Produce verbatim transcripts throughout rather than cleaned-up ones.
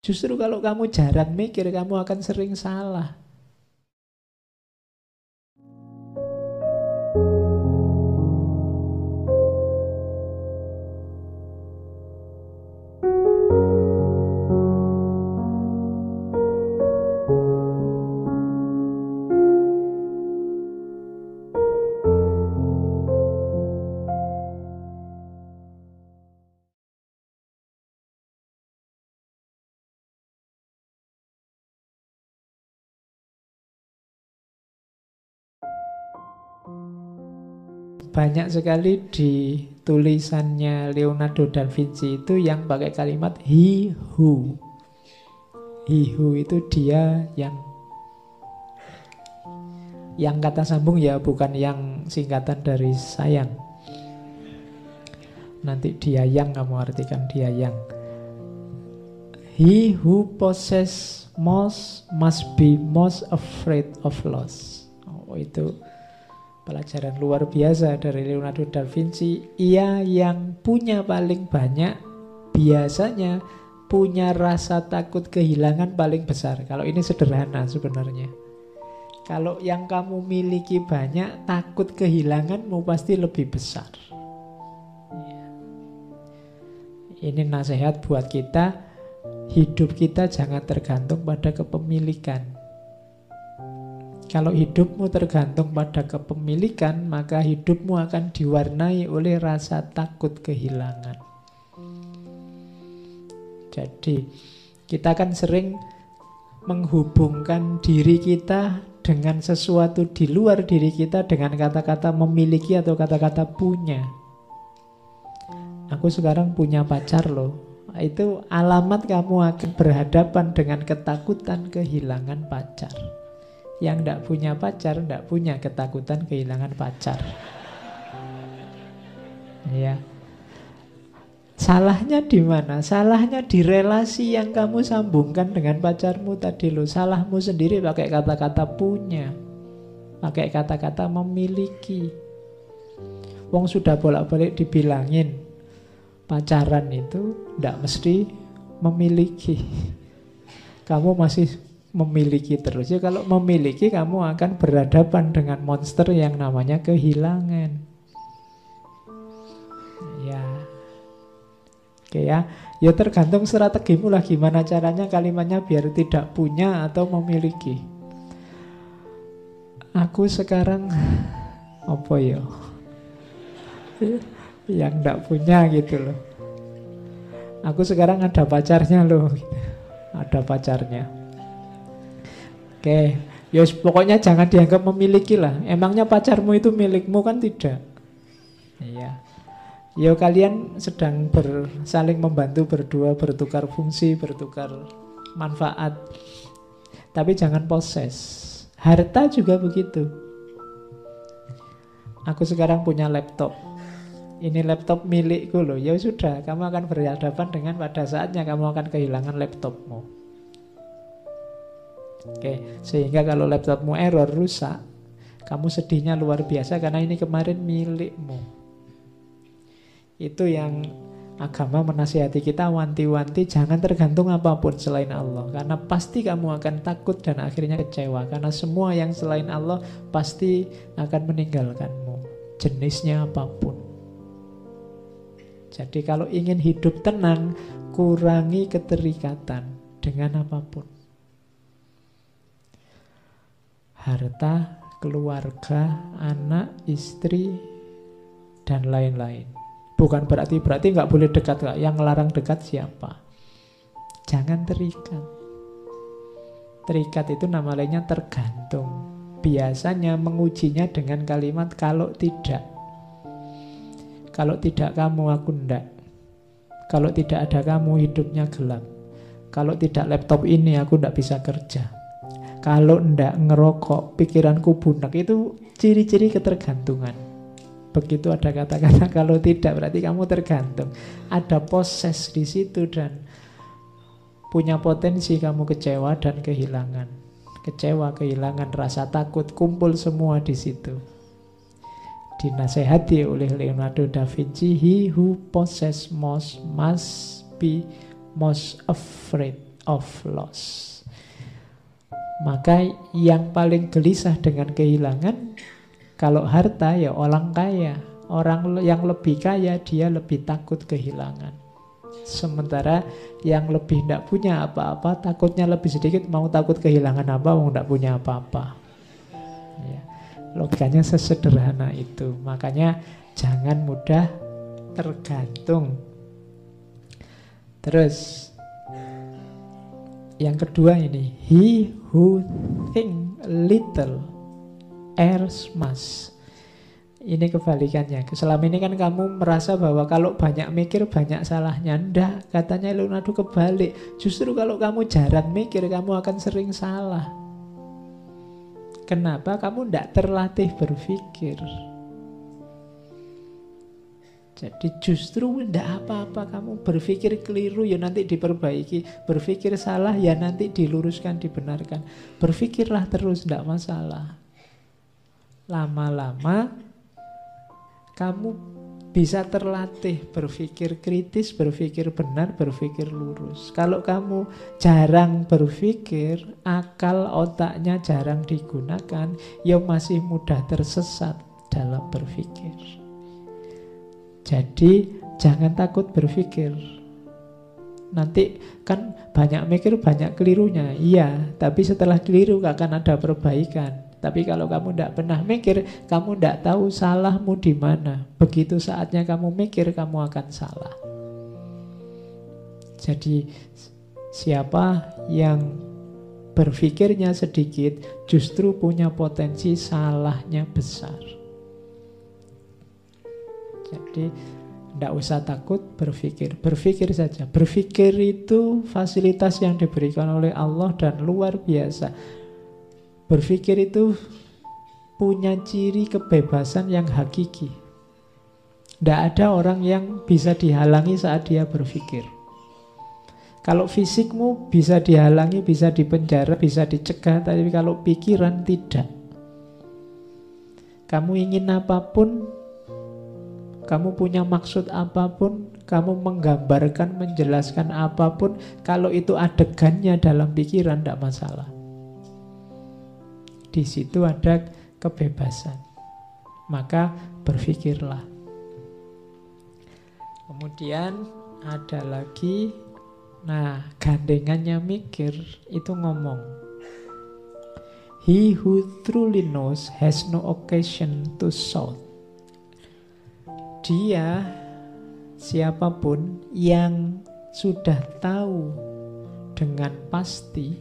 Justru kalau kamu jarang mikir, kamu akan sering salah. Banyak sekali di tulisannya Leonardo da Vinci itu yang pakai kalimat he who. He who itu dia yang. Yang kata sambung ya, bukan yang singkatan dari sayang. Nanti dia yang kamu artikan dia yang. He who possess most must be most afraid of loss. Oh, itu pelajaran luar biasa dari Leonardo da Vinci. Ia yang punya paling banyak biasanya punya rasa takut kehilangan paling besar. Kalau ini sederhana sebenarnya. Kalau yang kamu miliki banyak, takut kehilanganmu pasti lebih besar. Ini nasihat buat kita. Hidup kita jangan tergantung pada kepemilikan. Kalau hidupmu tergantung pada kepemilikan, maka hidupmu akan diwarnai oleh rasa takut kehilangan. Jadi, kita kan sering menghubungkan diri kita dengan sesuatu di luar diri kita dengan kata-kata memiliki atau kata-kata punya. Aku sekarang punya pacar loh. Itu alamat kamu akan berhadapan dengan ketakutan kehilangan pacar. Yang tidak punya pacar, tidak punya ketakutan kehilangan pacar. Ya. Salahnya di mana? Salahnya di relasi yang kamu sambungkan dengan pacarmu tadi loh. Salahmu sendiri pakai kata-kata punya, pakai kata-kata memiliki. Wong sudah bolak-balik dibilangin pacaran itu tidak mesti memiliki. Kamu masih memiliki terus. Ya, kalau memiliki kamu akan berhadapan dengan monster yang namanya kehilangan. Ya. Oke ya. Ya tergantung strategimu lah gimana caranya kalimatnya biar tidak punya atau memiliki. Aku sekarang apa ya? Yang tidak punya gitu loh. Aku sekarang ada pacarnya loh. Ada pacarnya. Oke, ya pokoknya jangan dianggap memiliki lah. Emangnya pacarmu itu milikmu kan tidak? Iya. Ya kalian sedang ber, saling membantu berdua, bertukar fungsi, bertukar manfaat. Tapi jangan poses. Harta juga begitu. Aku sekarang punya laptop. Ini laptop milikku loh. Ya sudah, kamu akan berhadapan dengan pada saatnya kamu akan kehilangan laptopmu. Oke, sehingga kalau laptopmu error, rusak, kamu sedihnya luar biasa karena ini kemarin milikmu. Itu yang agama menasihati kita, wanti-wanti jangan tergantung apapun selain Allah. Karena pasti kamu akan takut dan akhirnya kecewa. Karena semua yang selain Allah pasti akan meninggalkanmu, jenisnya apapun. Jadi kalau ingin hidup tenang, kurangi keterikatan dengan apapun. Harta, keluarga, anak, istri, dan lain-lain. Bukan berarti berarti nggak boleh dekat, nggak. Yang ngelarang dekat siapa? Jangan terikat. Terikat itu nama lainnya tergantung. Biasanya mengujinya dengan kalimat kalau tidak. Kalau tidak kamu, aku ndak. Kalau tidak ada kamu, hidupnya gelap. Kalau tidak laptop ini, aku ndak bisa kerja. Kalau ndak ngerokok, pikiranku bunek. Itu ciri-ciri ketergantungan. Begitu ada kata-kata kalau tidak, berarti kamu tergantung. Ada poses di situ dan punya potensi kamu kecewa dan kehilangan. Kecewa, kehilangan, rasa takut, kumpul semua di situ. Dinasehati oleh Leonardo da Vinci, he who possess most must be most afraid of loss. Maka yang paling gelisah dengan kehilangan, kalau harta ya orang kaya. Orang yang lebih kaya dia lebih takut kehilangan. Sementara yang lebih tidak punya apa-apa, takutnya lebih sedikit, mau takut kehilangan apa, mau tidak punya apa-apa. Ya, logikanya sesederhana itu. Makanya jangan mudah tergantung. Terus yang kedua ini, he who think little errs much. Ini kebalikannya. Selama ini kan kamu merasa bahwa kalau banyak mikir banyak salahnya. Ndak, katanya Leonardo kebalik. Justru kalau kamu jarang mikir kamu akan sering salah. Kenapa? Kamu ndak terlatih berpikir. Jadi justru ndak apa-apa kamu berpikir keliru ya nanti diperbaiki. Berpikir salah ya nanti diluruskan, dibenarkan. Berpikirlah terus, ndak masalah. Lama-lama kamu bisa terlatih berpikir kritis, berpikir benar, berpikir lurus. Kalau kamu jarang berpikir, akal otaknya jarang digunakan, ya masih mudah tersesat dalam berpikir. Jadi jangan takut berpikir. Nanti kan banyak mikir, banyak kelirunya. Iya, tapi setelah keliru akan ada perbaikan. Tapi kalau kamu tidak pernah mikir, kamu tidak tahu salahmu di mana. Begitu saatnya kamu mikir, kamu akan salah. Jadi siapa yang berpikirnya sedikit, justru punya potensi salahnya besar. Jadi tidak usah takut berpikir. Berpikir saja. Berpikir itu fasilitas yang diberikan oleh Allah dan luar biasa. Berpikir itu punya ciri kebebasan yang hakiki. Tidak ada orang yang bisa dihalangi saat dia berpikir. Kalau fisikmu bisa dihalangi, bisa dipenjara, bisa dicegah, tapi kalau pikiran tidak. Kamu ingin apapun, kamu punya maksud apapun, kamu menggambarkan, menjelaskan apapun, kalau itu adegannya dalam pikiran, tidak masalah. Di situ ada kebebasan. Maka berpikirlah. Kemudian ada lagi, nah gandengannya mikir itu ngomong, he who truly knows has no occasion to shout. Dia, siapapun yang sudah tahu dengan pasti,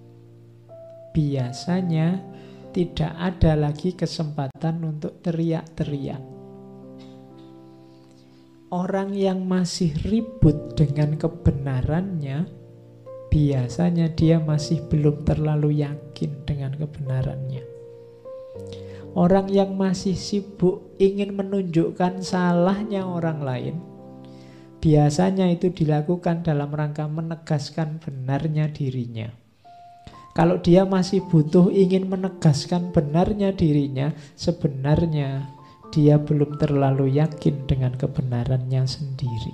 biasanya tidak ada lagi kesempatan untuk teriak-teriak. Orang yang masih ribut dengan kebenarannya, biasanya dia masih belum terlalu yakin dengan kebenarannya. Orang yang masih sibuk ingin menunjukkan salahnya orang lain, biasanya itu dilakukan dalam rangka menegaskan benarnya dirinya. Kalau dia masih butuh ingin menegaskan benarnya dirinya, sebenarnya dia belum terlalu yakin dengan kebenarannya sendiri.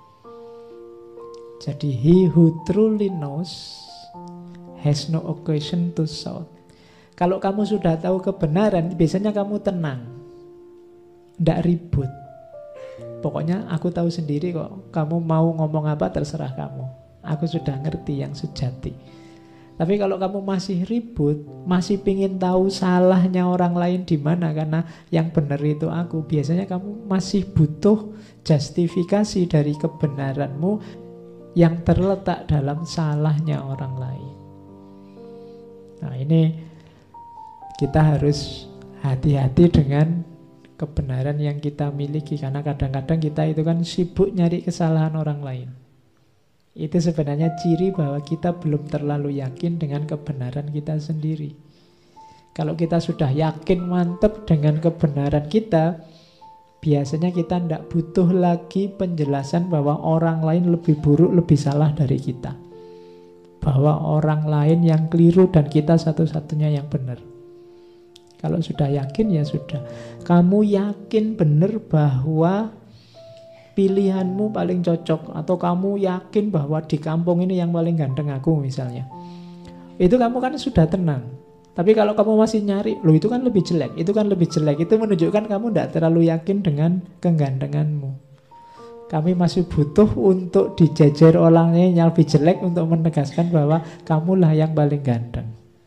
Jadi he who truly knows has no occasion to shout. Kalau kamu sudah tahu kebenaran, biasanya kamu tenang, tidak ribut. Pokoknya aku tahu sendiri kok, kamu mau ngomong apa terserah kamu. Aku sudah ngerti yang sejati. Tapi kalau kamu masih ribut, masih pingin tahu salahnya orang lain di mana, karena yang benar itu aku, biasanya kamu masih butuh justifikasi dari kebenaranmu yang terletak dalam salahnya orang lain. Nah ini kita harus hati-hati dengan kebenaran yang kita miliki, karena kadang-kadang kita itu kan sibuk nyari kesalahan orang lain. Itu sebenarnya ciri bahwa kita belum terlalu yakin dengan kebenaran kita sendiri. Kalau kita sudah yakin mantap dengan kebenaran kita, biasanya kita tidak butuh lagi penjelasan bahwa orang lain lebih buruk, lebih salah dari kita. Bahwa orang lain yang keliru dan kita satu-satunya yang benar. Kalau sudah yakin ya sudah. Kamu yakin benar bahwa pilihanmu paling cocok, atau kamu yakin bahwa di kampung ini yang paling ganteng aku misalnya, itu kamu kan sudah tenang. Tapi kalau kamu masih nyari, loh itu kan lebih jelek, itu kan lebih jelek, itu menunjukkan kamu tidak terlalu yakin dengan kegantenganmu. Kami masih butuh untuk dijejer orangnya yang lebih jelek untuk menegaskan bahwa kamulah yang paling ganteng.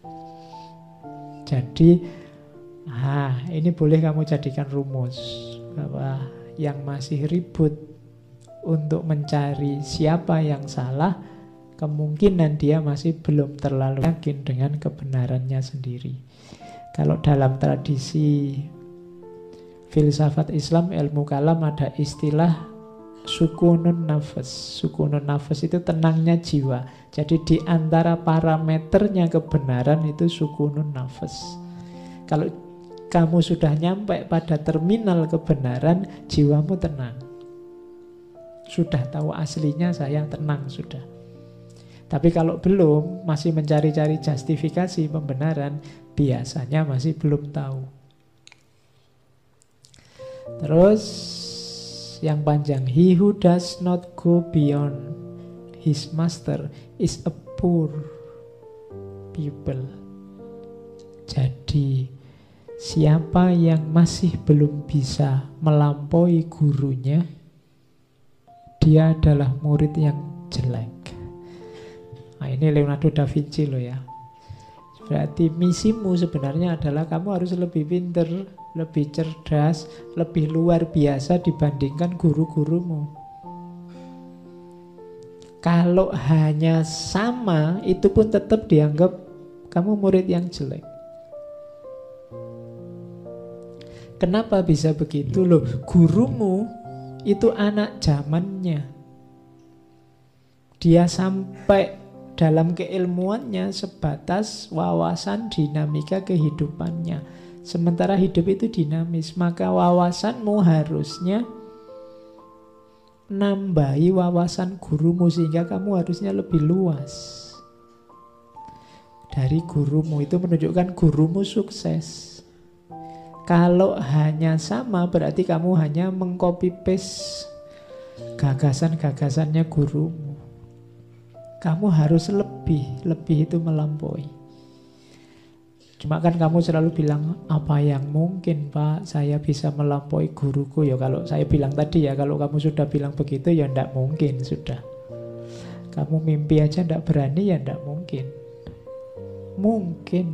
Jadi, ah, ini boleh kamu jadikan rumus bahwa yang masih ribut untuk mencari siapa yang salah, kemungkinan dia masih belum terlalu yakin dengan kebenarannya sendiri. Kalau dalam tradisi filsafat Islam, ilmu kalam, ada istilah sukunun nafas. Sukunun nafas itu tenangnya jiwa. Jadi di antara parameternya kebenaran itu sukunun nafas. Kalau kamu sudah nyampe pada terminal kebenaran, jiwamu tenang. Sudah tahu aslinya, saya tenang sudah. Tapi kalau belum, masih mencari-cari justifikasi pembenaran, biasanya masih belum tahu. Terus yang panjang, he who does not go beyond his master is a poor pupil. Jadi siapa yang masih belum bisa melampaui gurunya, dia adalah murid yang jelek. Nah, ini Leonardo da Vinci loh ya. Berarti misimu sebenarnya adalah kamu harus lebih pintar, lebih cerdas, lebih luar biasa dibandingkan guru-gurumu. Kalau hanya sama, itu pun tetap dianggap kamu murid yang jelek. Kenapa bisa begitu loh? Gurumu itu anak zamannya. Dia sampai dalam keilmuannya sebatas wawasan dinamika kehidupannya. Sementara hidup itu dinamis, maka wawasanmu harusnya nambahi wawasan gurumu, sehingga kamu harusnya lebih luas dari gurumu. Itu menunjukkan gurumu sukses. Kalau hanya sama, berarti kamu hanya mengcopy paste gagasan-gagasannya gurumu. Kamu harus lebih, lebih itu melampaui. Cuma kan kamu selalu bilang, apa yang mungkin Pak, saya bisa melampaui guruku. Ya kalau saya bilang tadi ya, kalau kamu sudah bilang begitu, ya tidak mungkin sudah. Kamu mimpi aja tidak berani, ya tidak mungkin. Mungkin.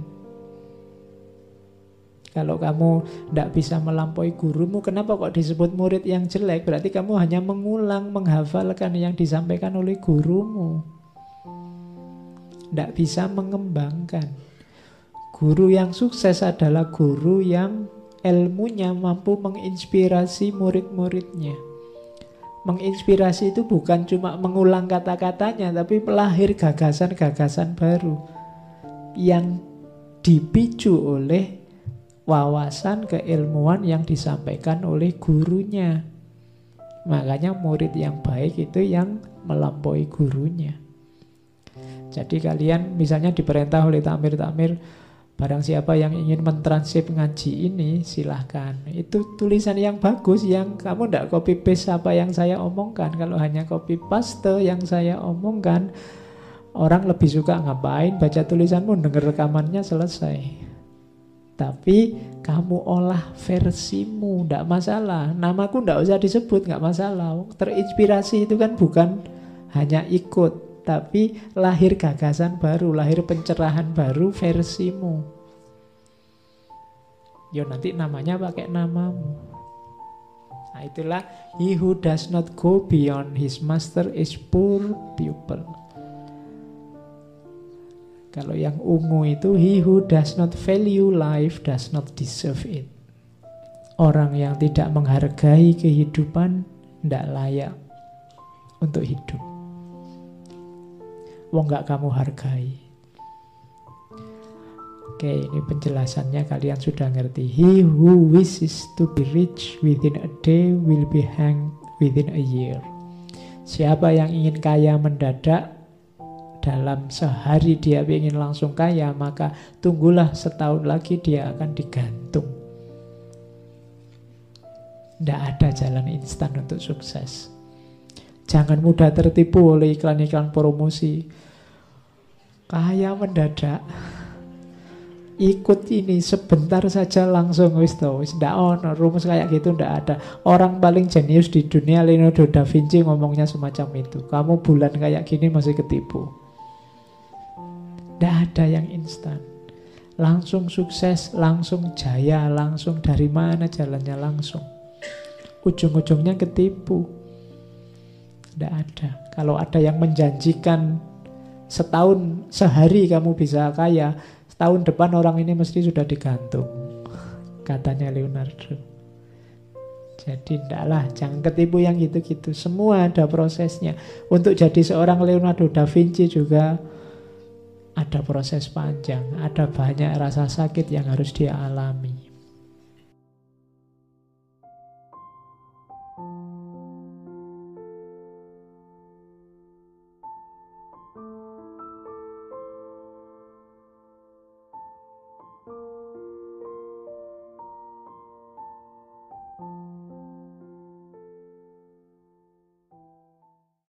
Kalau kamu tidak bisa melampaui gurumu, kenapa kok disebut murid yang jelek? Berarti kamu hanya mengulang, menghafalkan yang disampaikan oleh gurumu. Tidak bisa mengembangkan. Guru yang sukses adalah guru yang ilmunya mampu menginspirasi murid-muridnya. Menginspirasi itu bukan cuma mengulang kata-katanya, tapi melahir gagasan-gagasan baru yang dipicu oleh wawasan keilmuan yang disampaikan oleh gurunya. Makanya murid yang baik itu yang melampaui gurunya. Jadi kalian misalnya diperintah oleh takmir-takmir, barang siapa yang ingin mentranskrip ngaji ini, silahkan. Itu tulisan yang bagus, yang kamu tidak copy paste apa yang saya omongkan. Kalau hanya copy paste yang saya omongkan, orang lebih suka ngapain baca tulisanmu, dengar rekamannya, selesai. Tapi kamu olah versimu, tidak masalah. Namaku tidak usah disebut, nggak masalah. Terinspirasi itu kan bukan hanya ikut, tapi lahir gagasan baru, lahir pencerahan baru versimu. Ya nanti namanya pakai namamu. Nah itulah, he who does not go beyond his master is poor pupil. Kalau yang ungu itu, he who does not value life does not deserve it. Orang yang tidak menghargai kehidupan tidak layak untuk hidup. Wong gak kamu hargai. Oke, ini penjelasannya kalian sudah ngerti. He who wishes to be rich within a day will be hanged within a year. Siapa yang ingin kaya mendadak, dalam sehari dia ingin langsung kaya, maka tunggulah setahun lagi dia akan digantung. Tidak ada jalan instan untuk sukses. Jangan mudah tertipu oleh iklan-iklan promosi. Kaya mendadak. Ikut ini sebentar saja langsung wis to, wis ndak ono rumus kayak gitu, ndak ada. Orang paling jenius di dunia Leonardo da Vinci ngomongnya semacam itu. Kamu bulan kayak gini masih ketipu. Ndak ada yang instan. Langsung sukses, langsung jaya, langsung dari mana jalannya langsung. Ujung-ujungnya ketipu. Ndak ada. Kalau ada yang menjanjikan setahun, sehari kamu bisa kaya, tahun depan orang ini mesti sudah digantung, katanya Leonardo. Jadi ndaklah, jangan ketipu yang gitu-gitu. Semua ada prosesnya. Untuk jadi seorang Leonardo da Vinci juga ada proses panjang, ada banyak rasa sakit yang harus dia alami.